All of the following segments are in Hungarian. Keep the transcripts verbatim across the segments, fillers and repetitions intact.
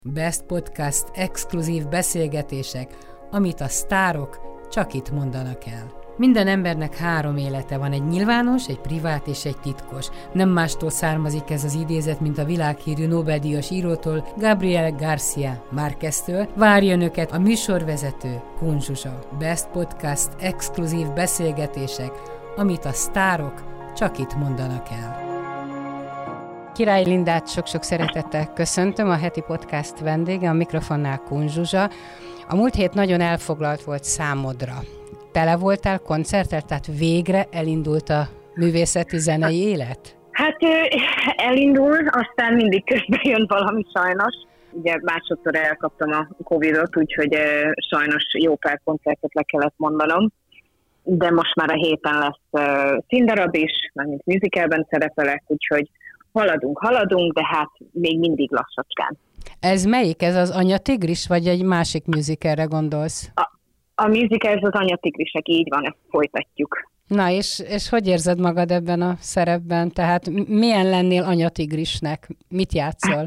Best Podcast exkluzív beszélgetések, amit a sztárok csak itt mondanak el. Minden embernek három élete van, egy nyilvános, egy privát és egy titkos. Nem mástól származik ez az idézet, mint a világhírű Nobel-díjas írótól, Gabriel García Márqueztől. Várja önöket a műsorvezető, Kun Zsuzsa. Best Podcast exkluzív beszélgetések, amit a sztárok csak itt mondanak el. Király Lindát sok-sok szeretettel köszöntöm, a heti podcast vendége, a mikrofonnál Kun Zsuzsa. A múlt hét nagyon elfoglalt volt számodra. Tele voltál koncerttel, tehát végre elindult a művészeti zenei élet? Hát elindul, aztán mindig közben jön valami sajnos. Ugye másodszor elkaptam a Covidot, úgyhogy sajnos jó pár koncertet le kellett mondanom. De most már a héten lesz színdarab is, mármint musicalben szerepelek, úgyhogy haladunk, haladunk, de hát még mindig lassacskán. Ez melyik? Ez az Anya Tigris, vagy egy másik musicalre gondolsz? A, a musical, ez az Anya Tigrisek, így van, ezt folytatjuk. Na, és, és hogy érzed magad ebben a szerepben? Tehát milyen lennél Anya Tigrisnek? Mit játszol?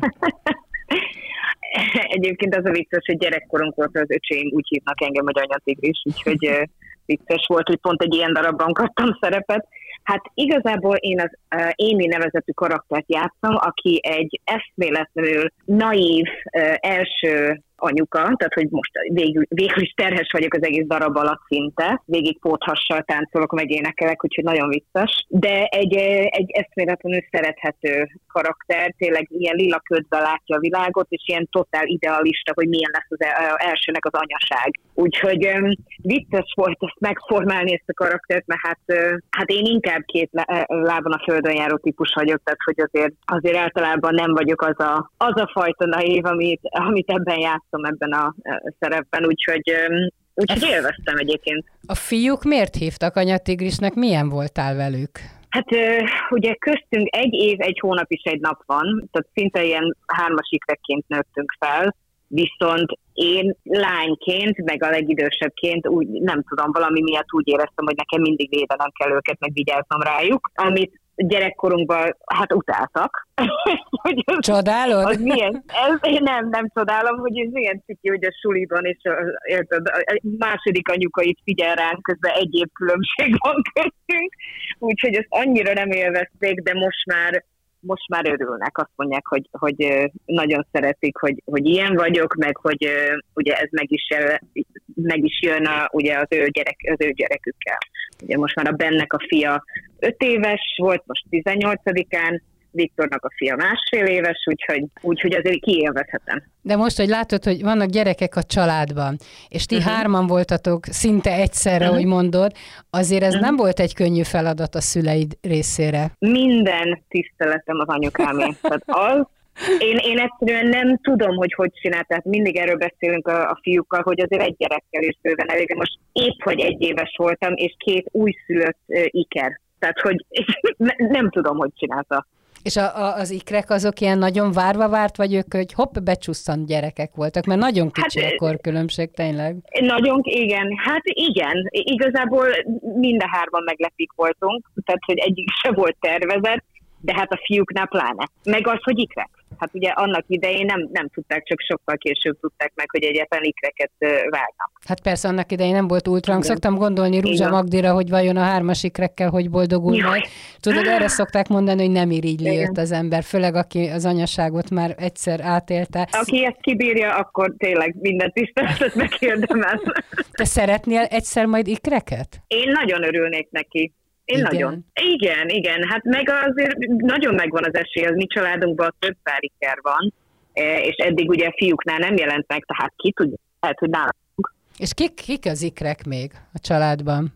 Egyébként az a vicces, hogy gyerekkorunk volt, az öcsém úgy hívnak engem, hogy Anya Tigris, úgyhogy vicces volt, hogy pont egy ilyen darabban kaptam szerepet. Hát igazából én az uh, Amy nevezetű karaktert játszom, aki egy eszméletlenül naív uh, első anyuka, tehát hogy most végül, végül is terhes vagyok az egész darab alatt szinte, végig póthassal táncolok, meg énekelek, úgyhogy nagyon vicces. De egy, egy eszméletlenül szerethető karakter, tényleg ilyen lila ködben látja a világot, és ilyen totál idealista, hogy milyen lesz az elsőnek az anyaság. Úgyhogy um, vicces volt ezt megformálni, ezt a karaktert, mert hát, uh, hát én inkább két lábon a földön járó típus vagyok, tehát hogy azért, azért általában nem vagyok az a, az a fajta naív, amit, amit ebben játszom, ebben a szerepben, úgyhogy, úgyhogy élveztem egyébként. A fiúk miért hívtak Anya Tigrisnek? Milyen voltál velük? Hát ugye köztünk egy év, egy hónap is egy nap van, tehát szinte ilyen hármas ikrekként nőttünk fel, viszont én lányként, meg a legidősebbként úgy, nem tudom, valami miatt úgy éreztem, hogy nekem mindig védenem kell őket, meg vigyáznom rájuk, amit gyerekkorunkban hát utáltak. Csodálod? Az milyen, ez, én nem, nem csodálom, hogy ez milyen ciki, hogy a suliban, és a, érted, a második anyukait figyel ránk, közben egy év különbség van köztünk, úgyhogy ezt annyira nem élvezték, de most már most már örülnek, azt mondják, hogy, hogy nagyon szeretik, hogy, hogy ilyen vagyok, meg hogy ugye ez meg is, meg is jön a, ugye az, ő gyerek, az ő gyerekükkel. Ugye most már a Bennek a fia öt éves volt, most tizennyolcadikán, Viktornak a fia másfél éves, úgyhogy, úgyhogy azért kiélvezhetem. De most, hogy látod, hogy vannak gyerekek a családban, és ti uh-huh. hárman voltatok szinte egyszerre, uh-huh. hogy mondod, azért ez uh-huh. nem volt egy könnyű feladat a szüleid részére. Minden tiszteletem az anyukámé. Tehát az, én, én egyszerűen nem tudom, hogy hogy csinál, tehát mindig erről beszélünk a, a fiúkkal, hogy azért egy gyerekkel is bőven elég. Most épp, hogy egy éves voltam, és két újszülött uh, iker. Tehát, hogy ne, nem tudom, hogy csinálta. És a, a, az ikrek azok ilyen nagyon várva várt, vagy ők, hogy hopp, becsusszant gyerekek voltak, mert nagyon kicsi hát, a korkülönbség, tényleg. Nagyon, igen, hát igen, igazából mind a hárman meglepik voltunk, tehát, hogy egyik se volt tervezett, de hát a fiúknál pláne. Meg az, hogy ikrek. Hát ugye annak idején nem, nem tudták, csak sokkal később tudták meg, hogy egyáltalán ikreket várnak. Hát persze annak idején nem volt ultrang. Szoktam gondolni Rúzsa Magdira, hogy vajon a hármas ikrekkel hogy boldogul majd. Tudod, erre szokták mondani, hogy nem irigyli őt az ember, főleg aki az anyaságot már egyszer átélte. Aki ezt kibírja, akkor tényleg minden tiszteletet megérdemel. Te szeretnél egyszer majd ikreket? Én nagyon örülnék neki. Én igen. nagyon. Igen, igen. Hát meg azért nagyon megvan az esély, az mi családunkban több pár iker van, és eddig ugye a fiúknál nem jelent meg, tehát ki tudja, lehet, hogy nálunk. És kik, kik az ikrek még a családban?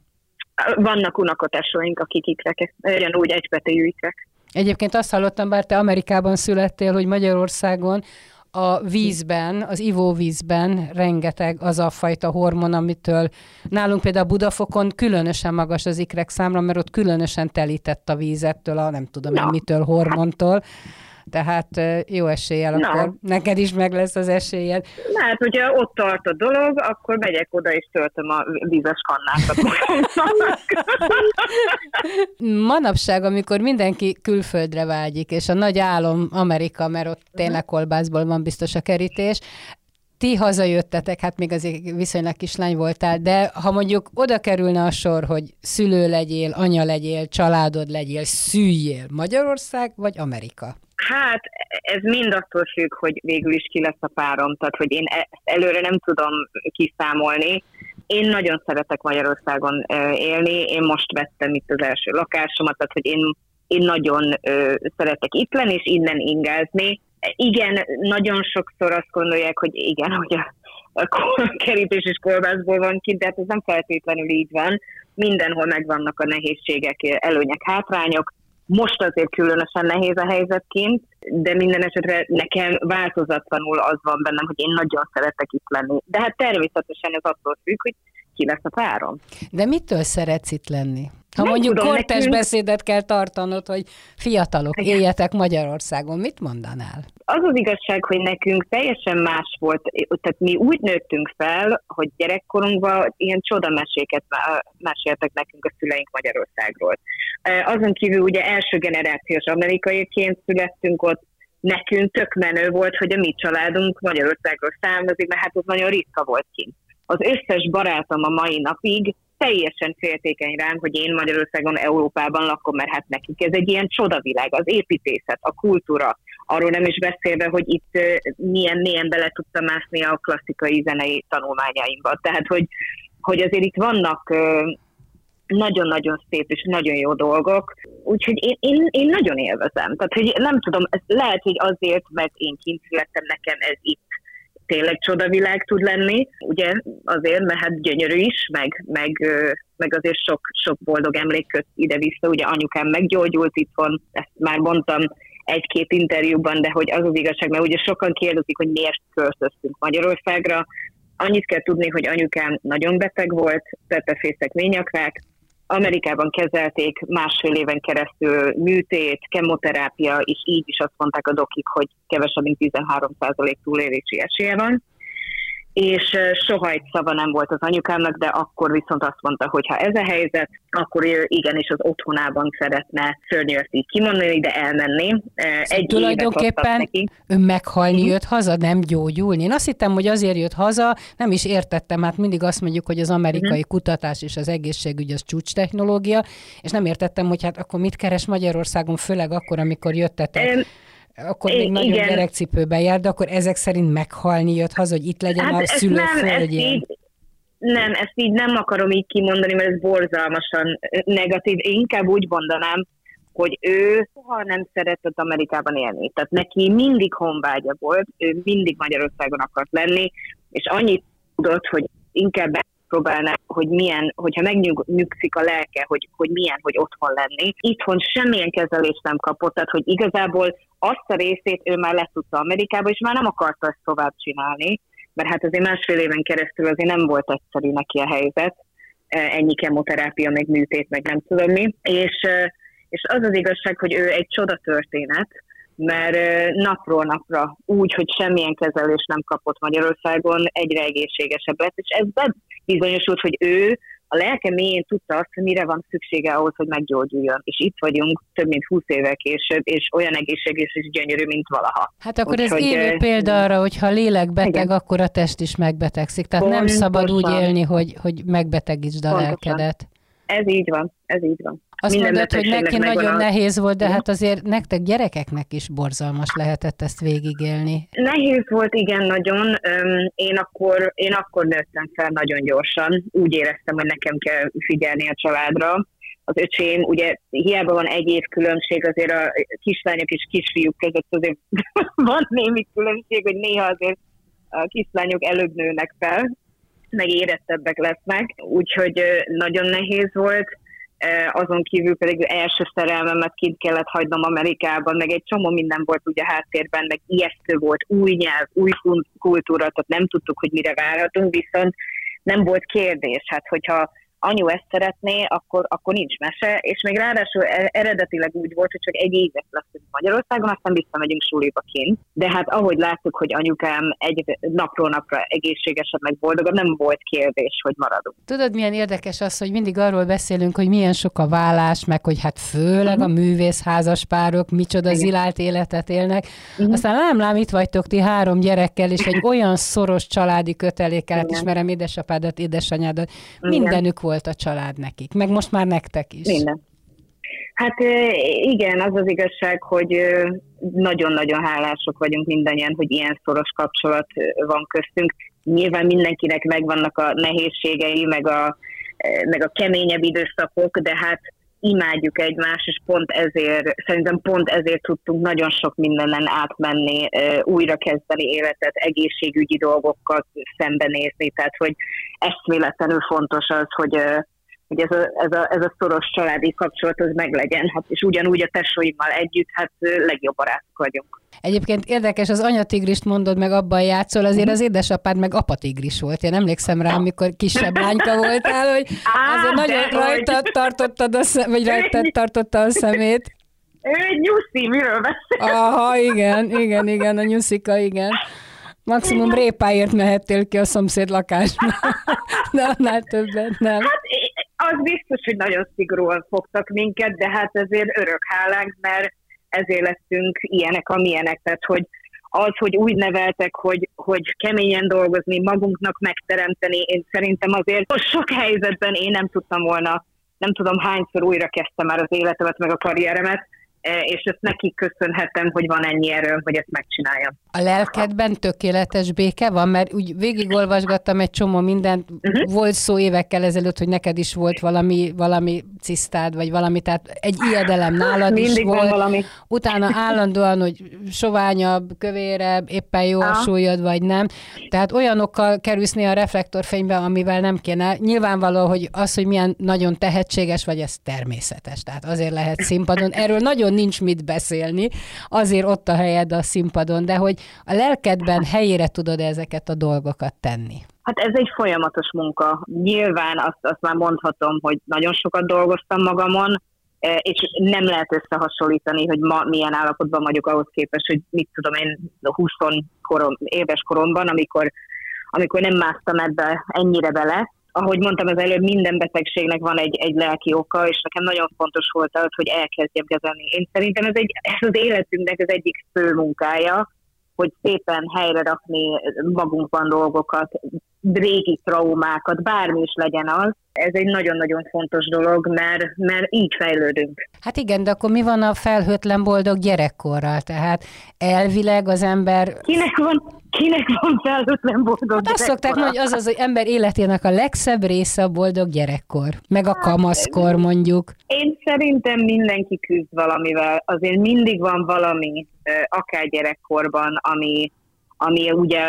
Vannak unokatesoink, akik ikrek, ugyanúgy egypetejű ikrek. Egyébként azt hallottam, bár te Amerikában születtél, hogy Magyarországon a vízben, az ivóvízben rengeteg az a fajta hormon, amitől nálunk például Budafokon különösen magas az ikrek számra, mert ott különösen telített a vízettől, a nem tudom én mitől, hormontól. Tehát jó eséllyel, no. Akkor neked is meg lesz az esélyed. Na, hát, hogyha ott tart a dolog, akkor megyek oda és töltöm a vízes kannákat. Manapság, amikor mindenki külföldre vágyik, és a nagy álom Amerika, mert ott tényleg kolbászból van biztos a kerítés, ti hazajöttetek, hát még azért viszonylag kislány voltál, de ha mondjuk oda kerülne a sor, hogy szülő legyél, anya legyél, családod legyél, szüljél, Magyarország vagy Amerika? Hát ez mind attól függ, hogy végül is ki lesz a párom, tehát hogy én ezt előre nem tudom kiszámolni. Én nagyon szeretek Magyarországon élni, én most vettem itt az első lakásomat, tehát hogy én, én nagyon szeretek itt lenni, és innen ingázni. Igen, nagyon sokszor azt gondolják, hogy igen, hogy a, a kerítés és kolbászból van kint, de hát ez nem feltétlenül így van. Mindenhol megvannak a nehézségek, előnyek, hátrányok. Most azért különösen nehéz a helyzet kint, de minden esetre nekem változatlanul az van bennem, hogy én nagyon szeretek itt lenni. De hát természetesen ez attól függ, hogy ki lesz a párom. De mitől szeretsz itt lenni? Ha nem mondjuk tudom, kortes nekünk... beszédet kell tartanod, hogy fiatalok, éljetek Magyarországon, mit mondanál? Az az igazság, hogy nekünk teljesen más volt, tehát mi úgy nőttünk fel, hogy gyerekkorunkban ilyen csodameséket meséltek nekünk a szüleink Magyarországról. Azon kívül ugye első generációs amerikaiként születtünk ott, nekünk tök menő volt, hogy a mi családunk Magyarországról származik, mert hát az nagyon ritka volt kint. Az összes barátom a mai napig teljesen féltékeny rám, hogy én Magyarországon, Európában lakom, mert hát nekik ez egy ilyen csodavilág, az építészet, a kultúra, arról nem is beszélve, hogy itt milyen mélyen bele tudtam mászni a klasszikai zenei tanulmányaimba. Tehát, hogy, hogy azért itt vannak nagyon-nagyon szép és nagyon jó dolgok, úgyhogy én, én, én nagyon élvezem. Tehát, hogy nem tudom, ez lehet, hogy azért, mert én kint születtem, nekem ez itt tényleg csodavilág tud lenni, ugye azért, mert hát gyönyörű is, meg, meg, meg azért sok, sok boldog emlék köt ide-vissza, ugye anyukám meggyógyult itthon, ezt már mondtam egy-két interjúban, de hogy az az igazság, mert ugye sokan kérdezik, hogy miért költöztünk Magyarországra. Annyit kell tudni, hogy anyukám nagyon beteg volt, pepefészek, ményakrák, Amerikában kezelték másfél éven keresztül műtét, kemoterápia, és így is azt mondták a dokik, hogy kevesebb, mint tizenhárom százalék túlélési esélye van. És soha egy szava nem volt az anyukámnak, de akkor viszont azt mondta, hogy ha ez a helyzet, akkor ő igenis az otthonában szeretne szörnyűt így kimondani, de elmenni. Egy tulajdonképpen ő meghalni jött haza, nem gyógyulni. Én azt hittem, hogy azért jött haza, nem is értettem, hát mindig azt mondjuk, hogy az amerikai uh-huh. kutatás és az egészségügy az csúcs technológia, és nem értettem, hogy hát akkor mit keres Magyarországon, főleg akkor, amikor jöttetek. Um, akkor még nagyon igen. gyerekcipőben jár, de akkor ezek szerint meghalni jött haza, hogy itt legyen hát a szülő földjén. Nem, ezt így nem akarom így kimondani, mert ez borzalmasan negatív. Én inkább úgy mondanám, hogy ő soha nem szeretett Amerikában élni. Tehát neki mindig honvágya volt, ő mindig Magyarországon akart lenni, és annyit tudott, hogy inkább próbálná, hogy milyen, hogyha megnyugszik a lelke, hogy, hogy milyen, hogy otthon lenni. Itthon semmilyen kezelést nem kapott, tehát hogy igazából azt a részét ő már letudta Amerikába, és már nem akarta ezt tovább csinálni, mert hát azért másfél éven keresztül azért nem volt egyszerű neki a helyzet, ennyi kemoterápia, meg műtét, meg nem tudom mi, és, és az az igazság, hogy ő egy csoda történet, mert napról napra úgy, hogy semmilyen kezelést nem kapott Magyarországon, egyre egészségesebb lett, és ez bizonyosult, hogy ő a lelke mélyén tudta azt, hogy mire van szüksége ahhoz, hogy meggyógyuljon. És itt vagyunk több mint húsz évvel később, és olyan egészséges és gyönyörű, mint valaha. Hát akkor úgy, ez élő példa arra, hogy ha a lélek beteg, igen. akkor a test is megbetegszik. Tehát Pontosan. Nem szabad úgy élni, hogy, hogy megbetegítsd a Pontosan. lelkedet. Ez így van, ez így van. Azt Minden mondod, hogy neki nagyon a... nehéz volt, de hát azért nektek gyerekeknek is borzalmas lehetett ezt végigélni. Nehéz volt, igen, nagyon. Én akkor, én akkor nőttem fel nagyon gyorsan. Úgy éreztem, hogy nekem kell figyelni a családra. Az öcsém, ugye hiába van egy év különbség, azért a kislányok és kisfiúk között azért van némi különbség, hogy néha azért a kislányok előbb nőnek fel, meg érettebbek lesznek, úgyhogy nagyon nehéz volt. Azon kívül pedig első szerelmemet kint kellett hagynom Amerikában, meg egy csomó minden volt ugye háttérben, meg ijesztő volt, új nyelv, új kultúra, tehát nem tudtuk, hogy mire várhatunk, viszont nem volt kérdés. Hát hogyha anyu ezt szeretné, akkor, akkor nincs mese, és még ráadásul eredetileg úgy volt, hogy csak egy évet leszünk Magyarországon, aztán visszamegyünk suliba kint. De hát ahogy láttuk, hogy anyukám egy napról napra egészségesebb, meg boldogabb, nem volt kérdés, hogy maradunk. Tudod, milyen érdekes az, hogy mindig arról beszélünk, hogy milyen sok a vállás, meg hogy hát főleg a művészházas párok micsoda zilált életet élnek. Uh-huh. Aztán lám, lám, itt vagytok ti három gyerekkel, és egy olyan szoros családi kötelékkel, ismerem édesapádat, édesanyádat, mindenük volt a család nekik, meg most már nektek is. Minden. Hát igen, az az igazság, hogy nagyon-nagyon hálások vagyunk mindannyian, hogy ilyen szoros kapcsolat van köztünk. Nyilván mindenkinek megvannak a nehézségei, meg a, meg a keményebb időszakok, de hát imádjuk egymást, és pont ezért, szerintem pont ezért tudtunk nagyon sok mindenen átmenni, újra kezdeni életet, egészségügyi dolgokkal szembenézni, tehát hogy eszméletlenül fontos az, hogy, hogy ez, a, ez, a, ez a szoros családi kapcsolat az meglegyen, hát, és ugyanúgy a tesóimmal együtt, hát legjobb barátok vagyunk. Egyébként érdekes, az anyatigrist mondod, meg abban játszol, azért az édesapád meg apatigris volt. Én emlékszem rá, amikor kisebb lányka voltál, hogy azért Á, nagyon rajtad tartottad a szem, vagy rajtad tartotta a szemét. Ő egy nyuszi, miről beszél? Aha, igen, igen, igen, a nyuszika, igen. Maximum répáért mehettél ki a szomszéd lakásba, de annál többet nem. Hát az biztos, hogy nagyon szigorúan fogtak minket, de hát ezért örök hálánk, mert ezért lettünk ilyenek, amilyenek. Tehát, hogy az, hogy úgy neveltek, hogy, hogy keményen dolgozni, magunknak megteremteni, én szerintem azért sok helyzetben én nem tudtam volna, nem tudom hányszor újra kezdtem már az életemet, meg a karrieremet, és ezt nekik köszönhetem, hogy van ennyi erő, hogy ezt megcsináljam. A lelkedben tökéletes béke van, mert úgy végigolvasgattam egy csomó mindent, uh-huh. volt szó évekkel ezelőtt, hogy neked is volt valami, valami cisztád, vagy valami, tehát egy ijedelem nálad Mindig is volt. Valami. Utána állandóan, hogy soványabb, kövérebb, éppen jó a súlyod, vagy nem. Tehát olyanokkal kerülsz néha a reflektorfénybe, amivel nem kéne. Nyilvánvaló, hogy az, hogy milyen nagyon tehetséges vagy, ez természetes. Tehát azért lehet színpadon. Erről nagyon nincs mit beszélni, azért ott a helyed a színpadon, de hogy a lelkedben helyére tudod ezeket a dolgokat tenni? Hát ez egy folyamatos munka. Nyilván azt, azt már mondhatom, hogy nagyon sokat dolgoztam magamon, és nem lehet összehasonlítani, hogy ma milyen állapotban vagyok ahhoz képest, hogy mit tudom én húsz korom, éves koromban, amikor, amikor nem másztam ebbe ennyire bele. Ahogy mondtam az előbb, minden betegségnek van egy, egy lelki oka, és nekem nagyon fontos volt az, hogy elkezdjem kezelni. Én szerintem ez, egy, ez az életünknek az egyik fő munkája, hogy szépen helyre rakni magunkban dolgokat, régi traumákat, bármi is legyen az. Ez egy nagyon-nagyon fontos dolog, mert, mert így fejlődünk. Hát igen, de akkor mi van a felhőtlen boldog gyerekkorral? Tehát elvileg az ember... Kinek van, kinek van felhőtlen boldog hát gyerekkora? Azt szokták mondani, hogy az az, hogy ember életének a legszebb része a boldog gyerekkor. Meg a kamaszkor mondjuk. Én szerintem mindenki küzd valamivel. Azért mindig van valami, akár gyerekkorban, ami... ami ugye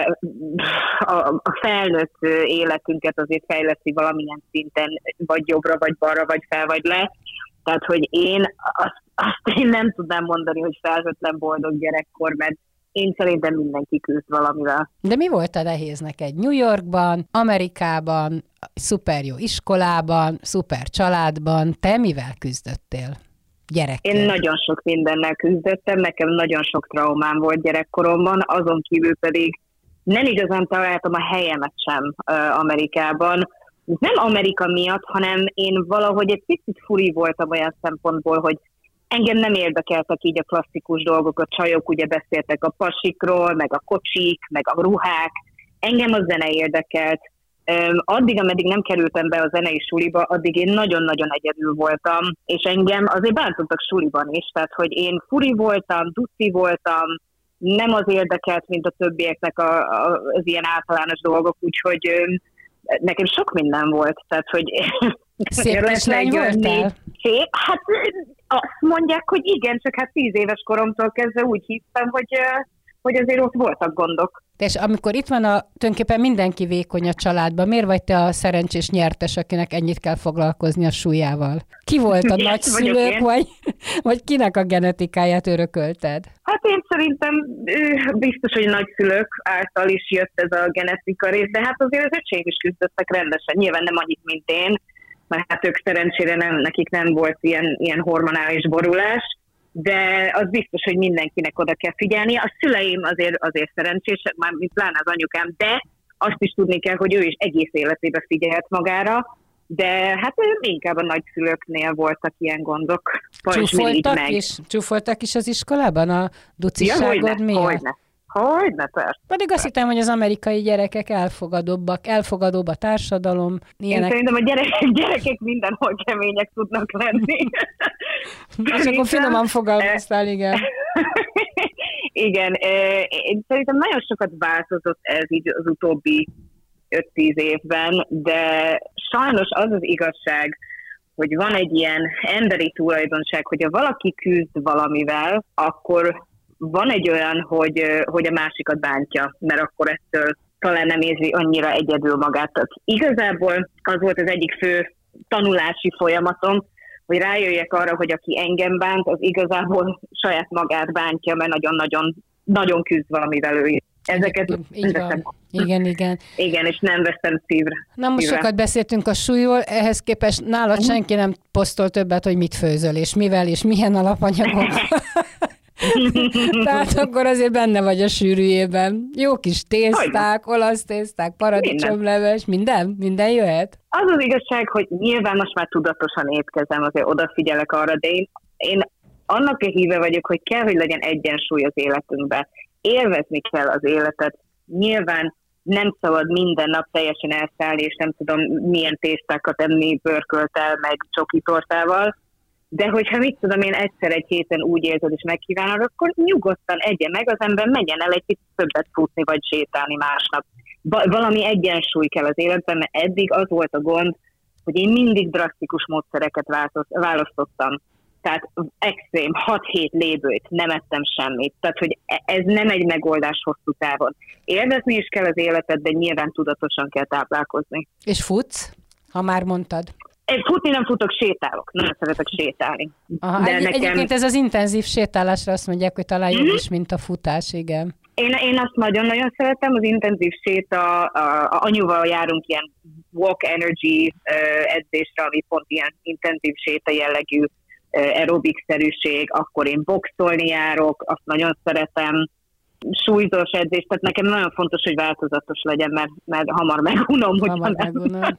a, a felnőtt életünket azért fejleszti valamilyen szinten, vagy jobbra, vagy balra, vagy fel, vagy le. Tehát, hogy én azt, azt én nem tudnám mondani, hogy felhőtlen boldog gyerekkor, mert én szerintem mindenki küzd valamivel. De mi volt a nehéz neked? New Yorkban, Amerikában, szuper jó iskolában, szuper családban. Te mivel küzdöttél? Gyerekként. Én nagyon sok mindennel küzdöttem, nekem nagyon sok traumám volt gyerekkoromban, azon kívül pedig nem igazán találtam a helyemet sem uh, Amerikában. Nem Amerika miatt, hanem én valahogy egy picit furi voltam olyan szempontból, hogy engem nem érdekeltek így a klasszikus dolgok, a csajok ugye beszéltek a pasikról, meg a kocsik, meg a ruhák. Engem a zene érdekelt. Addig, ameddig nem kerültem be a zenei suliba, addig én nagyon-nagyon egyedül voltam, és engem azért bántottak suliban is, tehát hogy én furi voltam, duci voltam, nem az érdekelt, mint a többieknek a, a, az ilyen általános dolgok, úgyhogy nekem sok minden volt, tehát hogy... Szép kislány voltál? Szép, hát azt mondják, hogy igen, csak hát tíz éves koromtól kezdve úgy hittem, hogy, hogy azért ott voltak gondok. És amikor itt van a, tulajdonképpen mindenki vékony a családban, miért vagy te a szerencsés nyertes, akinek ennyit kell foglalkozni a súlyával? Ki volt a nagyszülők, vagy, vagy kinek a genetikáját örökölted? Hát én szerintem biztos, hogy nagyszülők által is jött ez a genetika rész, de hát azért az öcséim is küzdöttek rendesen, nyilván nem annyit, mint én, mert hát ők szerencsére nem, nekik nem volt ilyen, ilyen hormonális borulás, de az biztos, hogy mindenkinek oda kell figyelni. A szüleim azért, azért szerencsések, már mint pláne az anyukám, de azt is tudni kell, hogy ő is egész életében figyelt magára, de hát inkább a nagyszülőknél voltak ilyen gondok. Csúfoltak is? Csúfoltak is az iskolában a duciságod ja, miatt? Hogyne, hogyne, persze. Pedig azt hittem, hogy az amerikai gyerekek elfogadóbbak, elfogadóbb a társadalom. Ilyenek. Én szerintem a gyerekek, gyerekek mindenhol kemények tudnak lenni. És akkor finoman fogalmaztál, igen. Igen, én szerintem nagyon sokat változott ez így az utóbbi öt-tíz évben, de sajnos az az igazság, hogy van egy ilyen emberi tulajdonság, hogyha valaki küzd valamivel, akkor van egy olyan, hogy, hogy a másikat bántja, mert akkor ettől talán nem érzi annyira egyedül magát. Tehát igazából az volt az egyik fő tanulási folyamatom, hogy rájöjjek arra, hogy aki engem bánt, az igazából saját magát bántja, mert nagyon-nagyon nagyon küzd valamivel ő. Ezeket így van. Igen, igen. Igen, és nem veszem szívre. Na most sokat beszéltünk a súlyról, ehhez képest nálad uh-huh. senki nem posztol többet, hogy mit főzöl, és mivel, és milyen alapanyagok. Tehát akkor azért benne vagy a sűrűjében. Jó kis tészták, Hogyne. olasz tészták, paradicsomleves, minden? Minden jöhet? Az az igazság, hogy nyilván most már tudatosan étkezem, azért odafigyelek arra, de én, én annak a híve vagyok, hogy kell, hogy legyen egyensúly az életünkben. Élvezni kell az életet. Nyilván nem szabad minden nap teljesen elszállni, és nem tudom milyen tésztákat enni bőrköltel, meg csokitortával, de hogyha mit tudom én egyszer egy héten úgy érzed és megkívánod, akkor nyugodtan egye meg, az ember menjen el egy kicsit többet futni, vagy sétálni másnap. Ba- valami egyensúly kell az életben, mert eddig az volt a gond, hogy én mindig drasztikus módszereket választottam. Tehát extrém, hat-hét lébőt, nem ettem semmit. Tehát, hogy ez nem egy megoldás hosszú távon. Élvezni is kell az életet, de nyilván tudatosan kell táplálkozni. És futsz, ha már mondtad? Én futni nem futok, sétálok. Nem szeretek sétálni. Aha, de egy, nekem... Egyébként ez az intenzív sétálásra azt mondják, hogy talán jobb mm-hmm. is, mint a futás, igen. Én, én azt nagyon-nagyon szeretem, az intenzív séta, a, a anyuval járunk ilyen walk energy uh, edzésre, ami pont ilyen intenzív séta jellegű aerobik-szerűség, akkor én boxolni járok, azt nagyon szeretem, súlyzós edzés, tehát nekem nagyon fontos, hogy változatos legyen, mert, mert hamar megunom. Hamar megunom.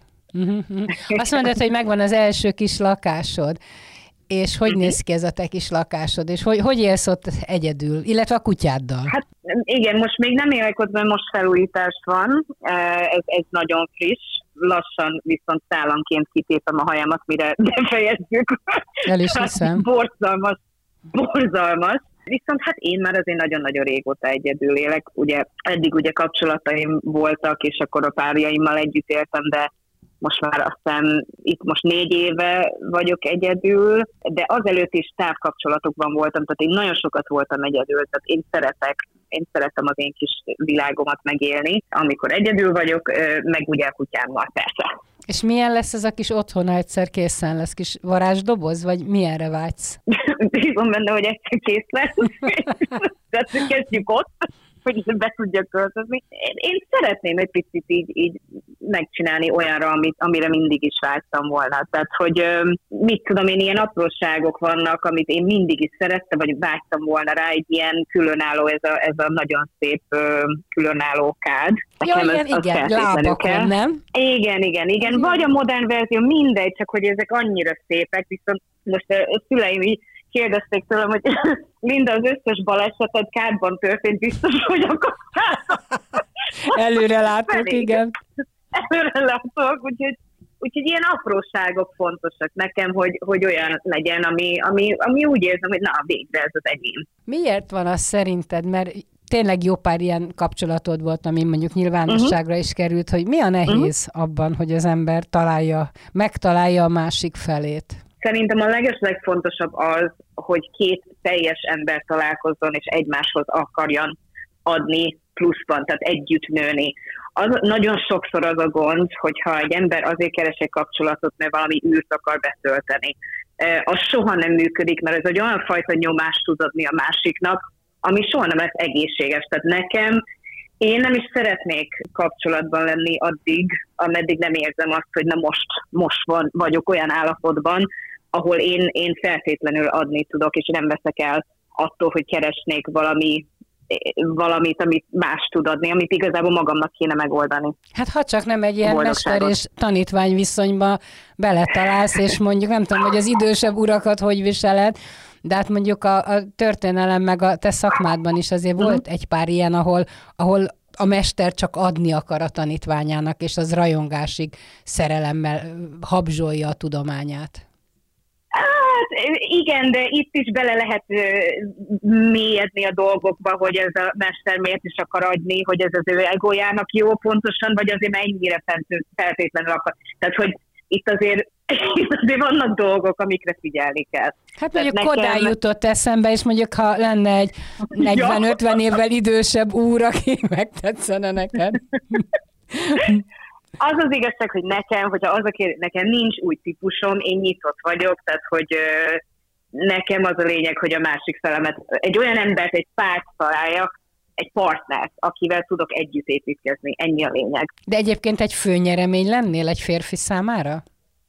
Azt mondod, hogy megvan az első kis lakásod, és hogy néz ki ez a te kis lakásod, és hogy, hogy élsz ott egyedül, illetve a kutyáddal? Hát igen, most még nem élek ott, mert most felújítás van, ez, ez nagyon friss, lassan viszont szállanként kitépem a hajamat, mire befejezzük. El is hiszem. Borzalmas, borzalmas. Viszont hát én már azért nagyon-nagyon régóta egyedül élek. Ugye eddig ugye kapcsolataim voltak, és akkor a párjaimmal együtt éltem, de most már aztán itt most négy éve vagyok egyedül, de azelőtt is távkapcsolatokban voltam, tehát én nagyon sokat voltam egyedül, tehát én szeretek, én szeretem az én kis világomat megélni, amikor egyedül vagyok, meg ugye a kutyámmal persze. És milyen lesz ez a kis otthona, egyszer készen lesz, kis varázsdoboz, vagy milyenre vágysz? Bízom benne, hogy egyszer kész lesz. Tehát kezdjük ott, hogy be tudjak költözni. Én szeretném egy picit így, így megcsinálni olyanra, amit, amire mindig is vágytam volna. Tehát, hogy mit tudom én, ilyen apróságok vannak, amit én mindig is szerettem, vagy vágytam volna rá, egy ilyen különálló, ez a, ez a nagyon szép különálló kád. Ja, igen, az, az igen, lábakon, nem? Igen, igen, igen. Vagy a modern verzió, mindegy, csak hogy ezek annyira szépek, viszont most a szüleim így kérdezték tőlem, hogy Linda, az összes baleseted kádban történt, biztos, hogy akkor előre látok, igen. Előre látok, úgyhogy, úgyhogy ilyen apróságok fontosak nekem, hogy, hogy olyan legyen, ami, ami, ami úgy érzem, hogy na, végre ez az enyém. Miért van az szerinted? Mert tényleg jó pár ilyen kapcsolatod volt, ami mondjuk nyilvánosságra uh-huh. is került, hogy mi a nehéz uh-huh. abban, hogy az ember találja, megtalálja a másik felét? Szerintem a legeslegfontosabb az, hogy két teljes ember találkozzon, és egymáshoz akarjan adni pluszban, tehát együtt nőni. Az, nagyon sokszor az a gond, hogyha egy ember azért keres egy kapcsolatot, mert valami űrt akar betölteni. Az soha nem működik, mert ez egy olyan fajta nyomást tud adni a másiknak, ami soha nem lesz egészséges. Tehát nekem Én nem is szeretnék kapcsolatban lenni addig, ameddig nem érzem azt, hogy na most, most van, vagyok olyan állapotban, ahol én, én feltétlenül adni tudok, és nem veszek el attól, hogy keresnék valami, valamit, amit más tud adni, amit igazából magamnak kéne megoldani. Hát ha csak nem egy ilyen mester és tanítvány viszonyba beletalálsz, és mondjuk nem tudom, hogy az idősebb urakat hogy viseled, de hát mondjuk a, a történelem meg a te szakmádban is azért uh-huh. volt egy pár ilyen, ahol, ahol a mester csak adni akar a tanítványának, és az rajongásig szerelemmel habzsolja a tudományát. Hát igen, de itt is bele lehet mélyedni a dolgokba, hogy ez a mester miért is akar adni, hogy ez az ő egójának jó pontosan, vagy azért mennyire feltétlenül akar. Tehát, hogy itt azért, itt azért vannak dolgok, amikre figyelni kell. Hát mondjuk nekem... Kodály jutott eszembe, és mondjuk, ha lenne egy negyven-ötven évvel idősebb úr, aki megtetszene neked. Az az igazság, hogy nekem, hogyha az a kérdés, nekem nincs új típusom, én nyitott vagyok, tehát hogy ö, nekem az a lényeg, hogy a másik felemet, egy olyan embert, egy párt találjak, egy partnert, akivel tudok együtt építkezni. Ennyi a lényeg. De egyébként egy főnyeremény lennél egy férfi számára?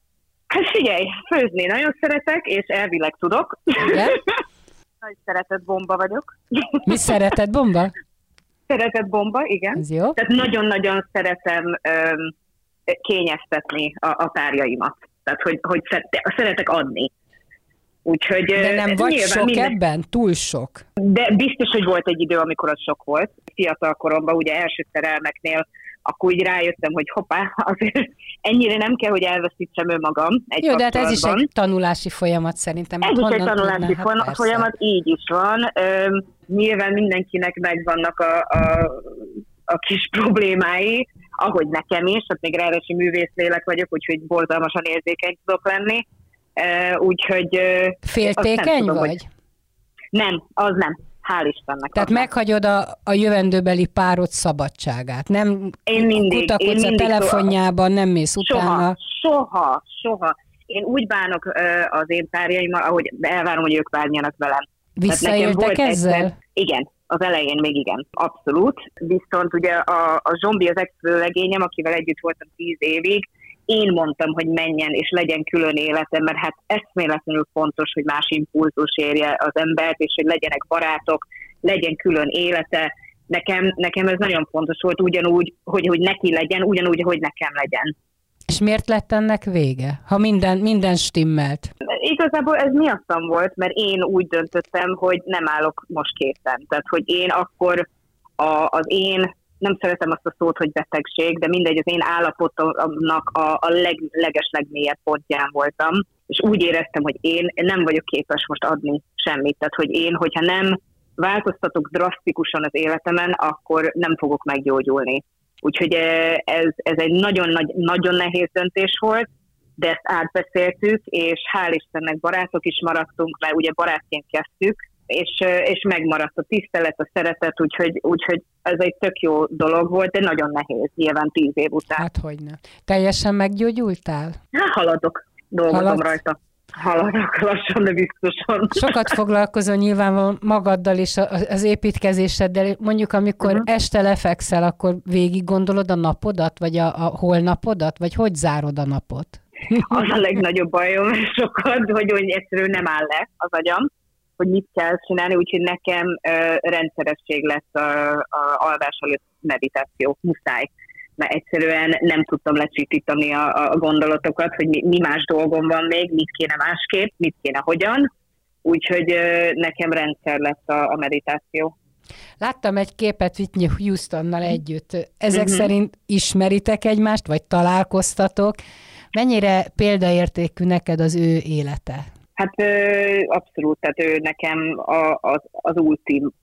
Hát figyelj, főzni nagyon szeretek, és elvileg tudok. Igen? Nagy szeretett bomba vagyok. Mi szeretett bomba? Szeretett bomba, igen. Ez jó. Tehát nagyon-nagyon szeretem öm, kényeztetni a, a párjaimat. Tehát, hogy, hogy szeretek adni. Úgyhogy, de nem vagy sok minden... ebben? Túl sok? De biztos, hogy volt egy idő, amikor az sok volt. Fiatal koromban, ugye első szerelmeknél, akkor úgy rájöttem, hogy hoppá, azért ennyire nem kell, hogy elveszítsem önmagam egy Jó, de hát ez is egy tanulási folyamat szerintem. Ez is egy tanulási tudná? Hát folyamat, így is van. Üm, nyilván mindenkinek megvannak a, a, a kis problémái, ahogy nekem is, hát még ráadásul művészlélek vagyok, úgyhogy borzalmasan érzékeny tudok lenni. Uh, úgyhogy... Uh, Féltékeny nem tudom, vagy? Hogy... Nem, az nem. Hál' Istennek. Tehát meghagyod a, a jövendőbeli párod szabadságát. Nem én mindig, kutakodsz én a telefonjában, nem mész soha, utána. Soha, soha. Én úgy bánok uh, az én párjaimmal, ahogy elvárom, hogy ők bánjanak velem. Visszaéltek ezzel? Egyszer, igen, az elején még igen, abszolút. Viszont ugye a, a Zsombi az ex-legényem, akivel együtt voltam tíz évig, én mondtam, hogy menjen és legyen külön élete, mert hát eszméletlenül fontos, hogy más impulzus érje az embert, és hogy legyenek barátok, legyen külön élete. Nekem, nekem ez nagyon fontos volt, ugyanúgy, hogy, hogy neki legyen, ugyanúgy, hogy nekem legyen. És miért lett ennek vége, ha minden, minden stimmelt? Igazából ez miattam volt, mert én úgy döntöttem, hogy nem állok most készen. Tehát, hogy én akkor a, az én... nem szeretem azt a szót, hogy betegség, de mindegy, az én állapotomnak a, a leg, leges legmélyebb pontján voltam, és úgy éreztem, hogy én nem vagyok képes most adni semmit. Tehát, hogy én, hogyha nem változtatok drasztikusan az életemen, akkor nem fogok meggyógyulni. Úgyhogy ez, ez egy nagyon, nagy, nagyon nehéz döntés volt, de ezt átbeszéltük, és hál' Istennek barátok is maradtunk, mert ugye barátként kezdtük, és, és megmaradt a tisztelet, a szeretet, úgyhogy, úgyhogy ez egy tök jó dolog volt, de nagyon nehéz, nyilván tíz év után. Hát hogyne. Teljesen meggyógyultál? Hát haladok, dolgozom Halad? rajta. Haladok lassan, de biztosan. Sokat foglalkozol nyilván magaddal és az építkezéseddel. Mondjuk, amikor uh-huh. este lefekszel, akkor végig gondolod a napodat, vagy a, a holnapodat, vagy hogy zárod a napot? Az a legnagyobb bajom sokat, hogy, hogy egyszerűen nem áll le az agyam, hogy mit kell csinálni, úgyhogy nekem uh, rendszeresség lesz a, a alvás előtt meditáció, muszáj. Mert egyszerűen nem tudtam lecsitítani a, a gondolatokat, hogy mi, mi más dolgom van még, mit kéne másképp, mit kéne hogyan, úgyhogy uh, nekem rendszer lesz a, a meditáció. Láttam egy képet Whitney Houstonnal együtt. Ezek uh-huh. szerint ismeritek egymást, vagy találkoztatok? Mennyire példaértékű neked az ő élete? Hát abszolút, tehát ő nekem a, az, az ultim,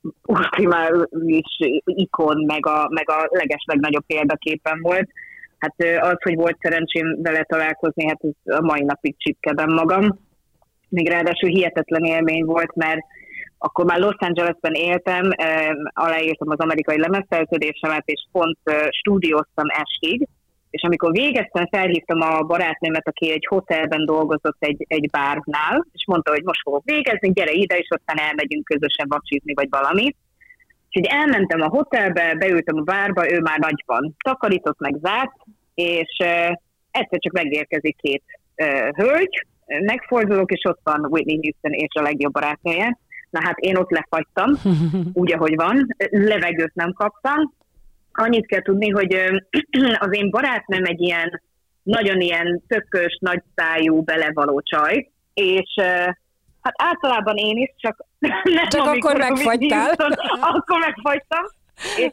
ultimális ikon, meg a, meg a leges legnagyobb példaképen volt. Hát az, hogy volt szerencsém vele találkozni, hát ez a mai napig csipkedem magam. Még ráadásul hihetetlen élmény volt, mert akkor már Los Angelesben éltem, aláírtam az amerikai lemezszerződésemet, és pont stúdióztam estig, és amikor végeztem, felhívtam a barátnőmet, aki egy hotelben dolgozott egy, egy bárnál, és mondta, hogy most fogok végezni, gyere ide, és aztán elmegyünk közösen vacsizni, vagy valami. úgyhogy elmentem a hotelbe, beültem a bárba, ő már nagyban takarított, meg zárt, és uh, egyszer csak megérkezik két uh, hölgy, megfordulok, és ott van Whitney Houston és a legjobb barátnője. Na hát én ott lefagytam, úgy, ahogy van, levegőt nem kaptam. Annyit kell tudni, hogy az én barátnőm egy ilyen nagyon ilyen tökös, nagyszájú, belevaló csaj, és hát általában én is, csak nem csak akkor megfagytál. Akkor megfagytam, és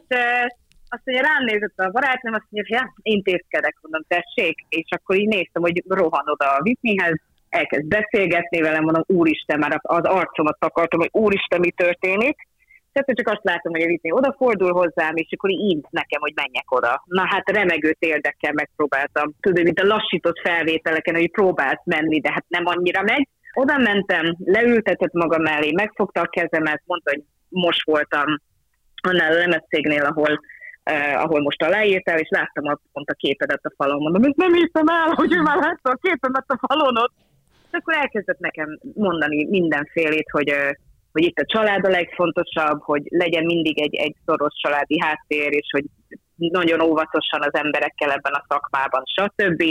azt mondja, rám nézett a barátnőm, azt mondja, ja, intézkedek, mondom, tessék, és akkor így néztem, hogy rohan oda a Whitneyhez, elkezd beszélgetni velem, mondom, úristen, már az arcomat takartam, hogy úristen, mi történik. Tehát csak azt látom, hogy a Whitney odafordul hozzám, és akkor így nekem, hogy menjek oda. Na hát remegő térdekkel megpróbáltam. Tudod, mint a lassított felvételeken, hogy próbált menni, de hát nem annyira megy. Oda mentem, leültetett maga mellé, megfogta a kezemet, mondta, hogy most voltam annál a lemezcégnél, ahol, uh, ahol most aláírtál, és láttam a, pont a képedet a falon. Mondom, ezt nem hiszem el, hogy ő már látta a képemet a falon ott. És akkor elkezdett nekem mondani mindenfélét, hogy, hogy itt a család a legfontosabb, hogy legyen mindig egy, egy szoros családi háttér, és hogy nagyon óvatosan az emberekkel ebben a szakmában, stb.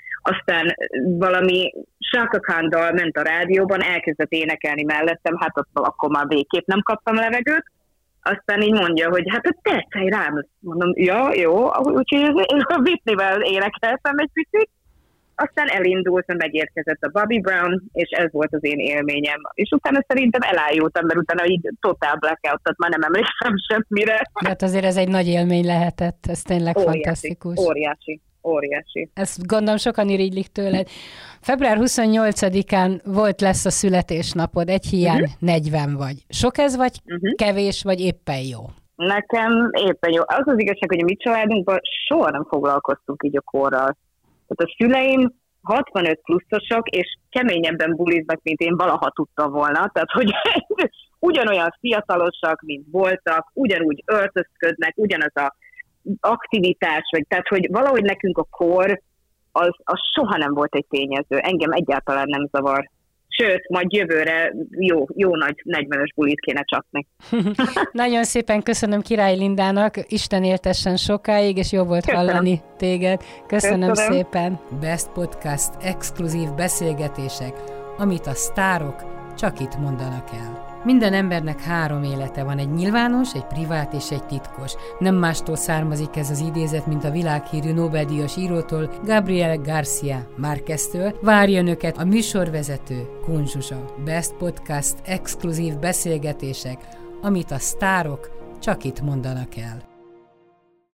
Aztán valami Chaka Khan dal ment a rádióban, elkezdett énekelni mellettem, hát ott akkor már végképp nem kaptam levegőt. Aztán így mondja, hogy hát tetszej rám. Mondom, ja, jó, úgyhogy a Whitneyvel énekeltem egy picit. Aztán elindult, megérkezett a Bobby Brown, és ez volt az én élményem. És utána szerintem elájultam, mert utána így totál blackout, tehát már nem emlékszem semmire. Hát azért ez egy nagy élmény lehetett, ez tényleg óriási, fantasztikus. Óriási, óriási. Ezt gondolom sokan irigylik tőled. február huszonnyolcadikán volt lesz a születésnapod, egy hiány uh-huh. negyven vagy. Sok ez, vagy uh-huh. kevés, vagy éppen jó? Nekem éppen jó. Az az igazság, hogy a mi családunkban soha nem foglalkoztunk így a korral. Tehát a szüleim hatvanöt pluszosok, és keményebben buliznak, mint én valaha tudtam volna. Tehát, hogy ugyanolyan fiatalosak, mint voltak, ugyanúgy öltözködnek, ugyanaz az aktivitás, vagy, tehát, hogy valahogy nekünk a kor, az, az soha nem volt egy tényező. Engem egyáltalán nem zavar. Sőt, majd jövőre jó, jó nagy negyvenes bulit kéne csapni. Nagyon szépen köszönöm Király Lindának, Isten éltessen sokáig, és jó volt köszönöm. Hallani téged. Köszönöm, köszönöm szépen. Best Podcast, exkluzív beszélgetések, amit a sztárok csak itt mondanak el. Minden embernek három élete van, egy nyilvános, egy privát és egy titkos. Nem mástól származik ez az idézet, mint a világhírű Nobel-díjas írótól, Gabriel García Márqueztől. Várja önöket a műsorvezető, Kun Zsuzsa. Best Podcast, exkluzív beszélgetések, amit a sztárok csak itt mondanak el.